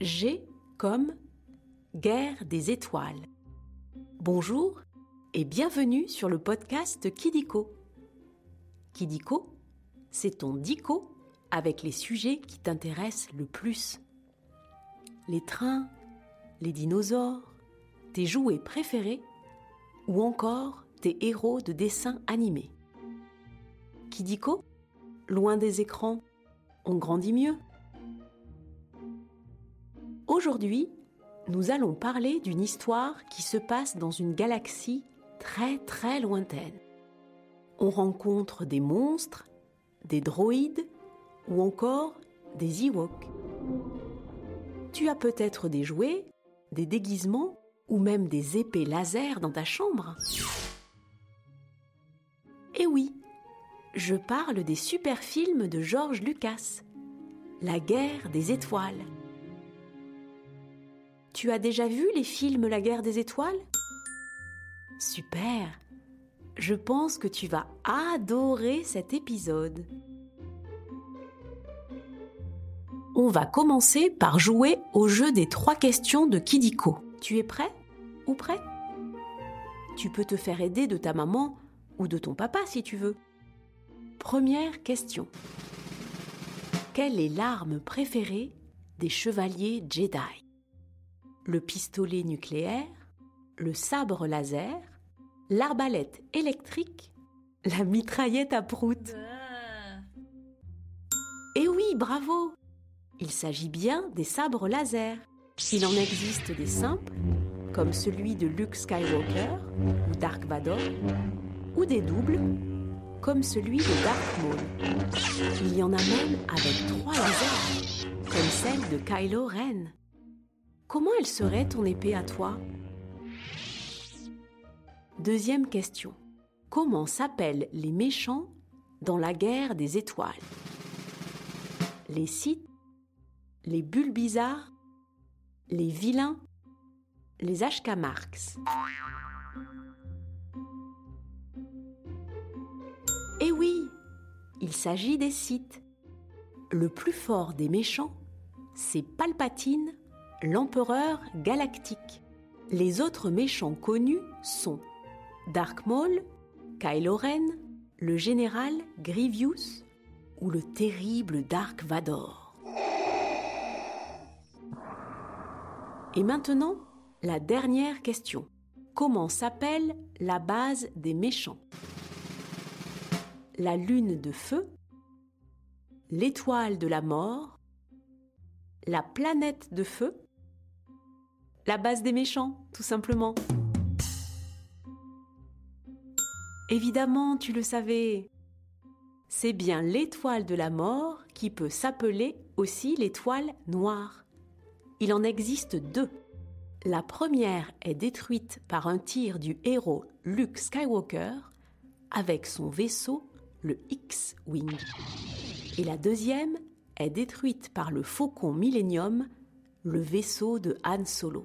G comme Guerre des étoiles. Bonjour et bienvenue sur le podcast Kidiko. Kidiko, c'est ton dico avec les sujets qui t'intéressent le plus. Les trains, les dinosaures, tes jouets préférés ou encore tes héros de dessins animés. Kidiko, loin des écrans, on grandit mieux. Aujourd'hui, nous allons parler d'une histoire qui se passe dans une galaxie très très lointaine. On rencontre des monstres, des droïdes ou encore des Ewoks. Tu as peut-être des jouets, des déguisements ou même des épées laser dans ta chambre. Eh oui, je parle des super films de George Lucas, La Guerre des étoiles. Tu as déjà vu les films La Guerre des étoiles ? Super! Je pense que tu vas adorer cet épisode. On va commencer par jouer au jeu des 3 questions de Kidiko. Tu es prêt ou prêt ? Tu peux te faire aider de ta maman ou de ton papa si tu veux. Première question. Quelle est l'arme préférée des chevaliers Jedi ? Le pistolet nucléaire, le sabre laser, l'arbalète électrique, la mitraillette à prout. Eh oui, bravo! Il s'agit bien des sabres laser. Il en existe des simples, comme celui de Luke Skywalker ou Dark Vador, ou des doubles, comme celui de Darth Maul. Il y en a même avec 3 lasers, comme celle de Kylo Ren. Comment elle serait ton épée à toi ? Deuxième question. Comment s'appellent les méchants dans la guerre des étoiles ? Les Sith, les Bulbizarres, les vilains, les Ashka-Marks. Eh oui, il s'agit des Sith. Le plus fort des méchants, c'est Palpatine, l'empereur galactique. Les autres méchants connus sont Dark Maul, Kylo Ren, le général Grievous ou le terrible Dark Vador. Et maintenant, la dernière question. Comment s'appelle la base des méchants ? La lune de feu, l'étoile de la mort, la planète de feu, la base des méchants, tout simplement. Évidemment, tu le savais. C'est bien l'étoile de la mort qui peut s'appeler aussi l'étoile noire. Il en existe 2. La première est détruite par un tir du héros Luke Skywalker avec son vaisseau, le X-Wing. Et la deuxième est détruite par le Faucon Millennium, le vaisseau de Han Solo.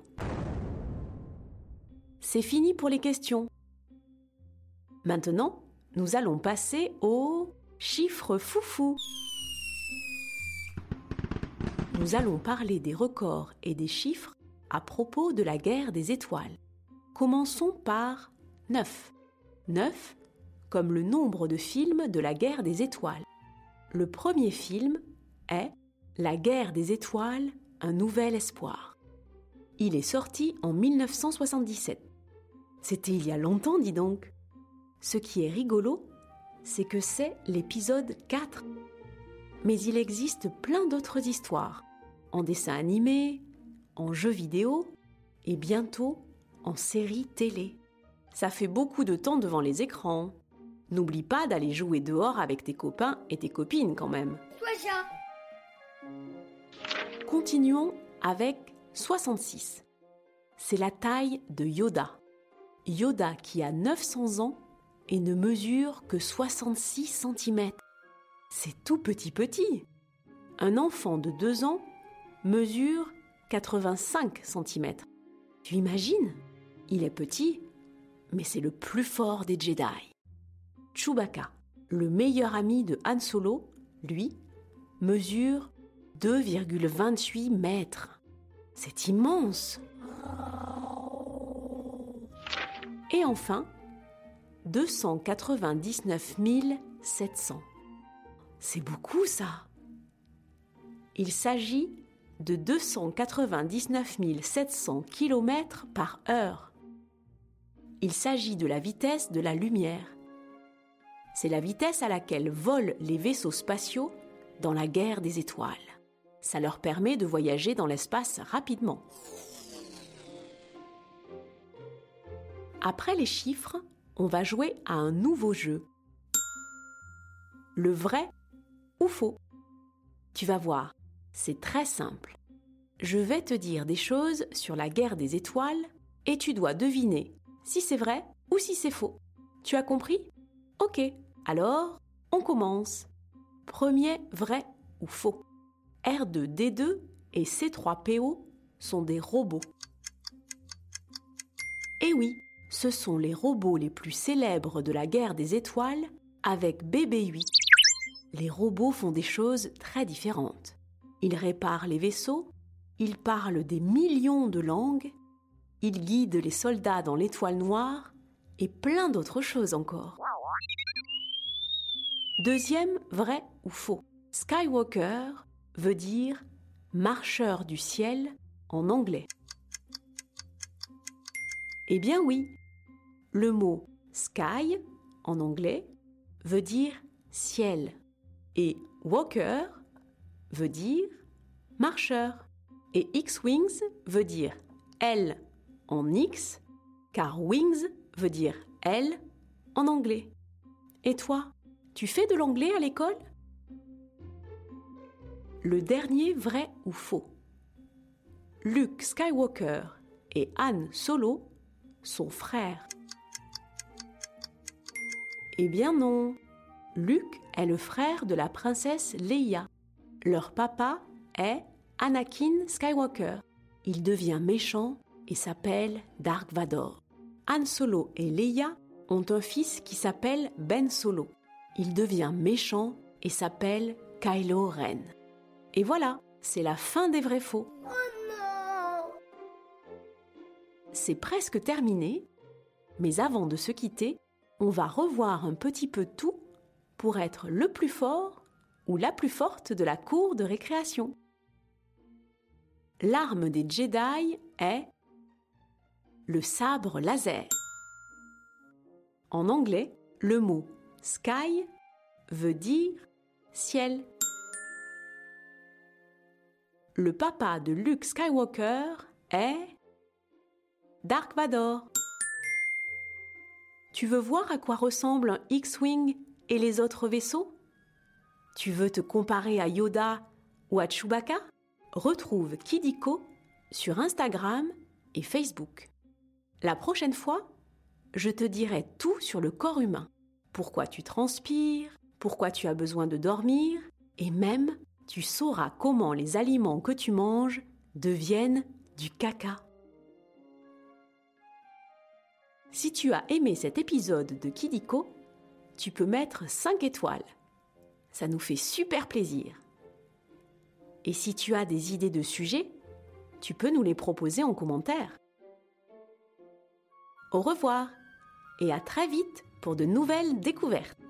C'est fini pour les questions. Maintenant, nous allons passer aux chiffres foufou. Nous allons parler des records et des chiffres à propos de la guerre des étoiles. Commençons par 9. 9, comme le nombre de films de la guerre des étoiles. Le premier film est La guerre des étoiles, un nouvel espoir. Il est sorti en 1977. C'était il y a longtemps, dis donc. Ce qui est rigolo, c'est que c'est l'épisode 4. Mais il existe plein d'autres histoires, en dessin animé, en jeux vidéo et bientôt en série télé. Ça fait beaucoup de temps devant les écrans. N'oublie pas d'aller jouer dehors avec tes copains et tes copines quand même. Continuons avec 66. C'est la taille de Yoda. Yoda qui a 900 ans et ne mesure que 66 cm. C'est tout petit. Un enfant de 2 ans mesure 85 cm. Tu imagines ? Il est petit, mais c'est le plus fort des Jedi. Chewbacca, le meilleur ami de Han Solo, lui, mesure 2,28 mètres. c'est immense. Et enfin, 299 700. C'est beaucoup ça. Il s'agit de 299 700 km par heure. Il s'agit de la vitesse de la lumière. C'est la vitesse à laquelle volent les vaisseaux spatiaux dans la guerre des étoiles. Ça leur permet de voyager dans l'espace rapidement. Après les chiffres, on va jouer à un nouveau jeu. Le vrai ou faux? Tu vas voir, c'est très simple. Je vais te dire des choses sur la guerre des étoiles et tu dois deviner si c'est vrai ou si c'est faux. Tu as compris? Ok, alors on commence. Premier vrai ou faux? R2-D2 et C3PO sont des robots. Eh oui, ce sont les robots les plus célèbres de la guerre des étoiles avec BB-8. Les robots font des choses très différentes. Ils réparent les vaisseaux, ils parlent des millions de langues, ils guident les soldats dans l'étoile noire et plein d'autres choses encore. Deuxième vrai ou faux? Skywalker veut dire marcheur du ciel en anglais. Eh bien oui, le mot sky en anglais veut dire ciel et walker veut dire marcheur et X-Wings veut dire L en X car wings veut dire L en anglais. Et toi, tu fais de l'anglais à l'école? Le dernier vrai ou faux? Luke Skywalker et Han Solo sont frères. Eh bien non, Luke est le frère de la princesse Leia. Leur papa est Anakin Skywalker. Il devient méchant et s'appelle Dark Vador. Han Solo et Leia ont un fils qui s'appelle Ben Solo. Il devient méchant et s'appelle Kylo Ren. Et voilà, c'est la fin des vrais faux. Oh non! C'est presque terminé, mais avant de se quitter, on va revoir un petit peu tout pour être le plus fort ou la plus forte de la cour de récréation. L'arme des Jedi est le sabre laser. En anglais, le mot sky veut dire ciel. Le papa de Luke Skywalker est Dark Vador. Tu veux voir à quoi ressemble un X-Wing et les autres vaisseaux? Tu veux te comparer à Yoda ou à Chewbacca? Retrouve Kidiko sur Instagram et Facebook. La prochaine fois, je te dirai tout sur le corps humain. Pourquoi tu transpires, pourquoi tu as besoin de dormir, et même tu sauras comment les aliments que tu manges deviennent du caca. Si tu as aimé cet épisode de Kidiko, tu peux mettre 5 étoiles. Ça nous fait super plaisir. Et si tu as des idées de sujets, tu peux nous les proposer en commentaire. Au revoir et à très vite pour de nouvelles découvertes.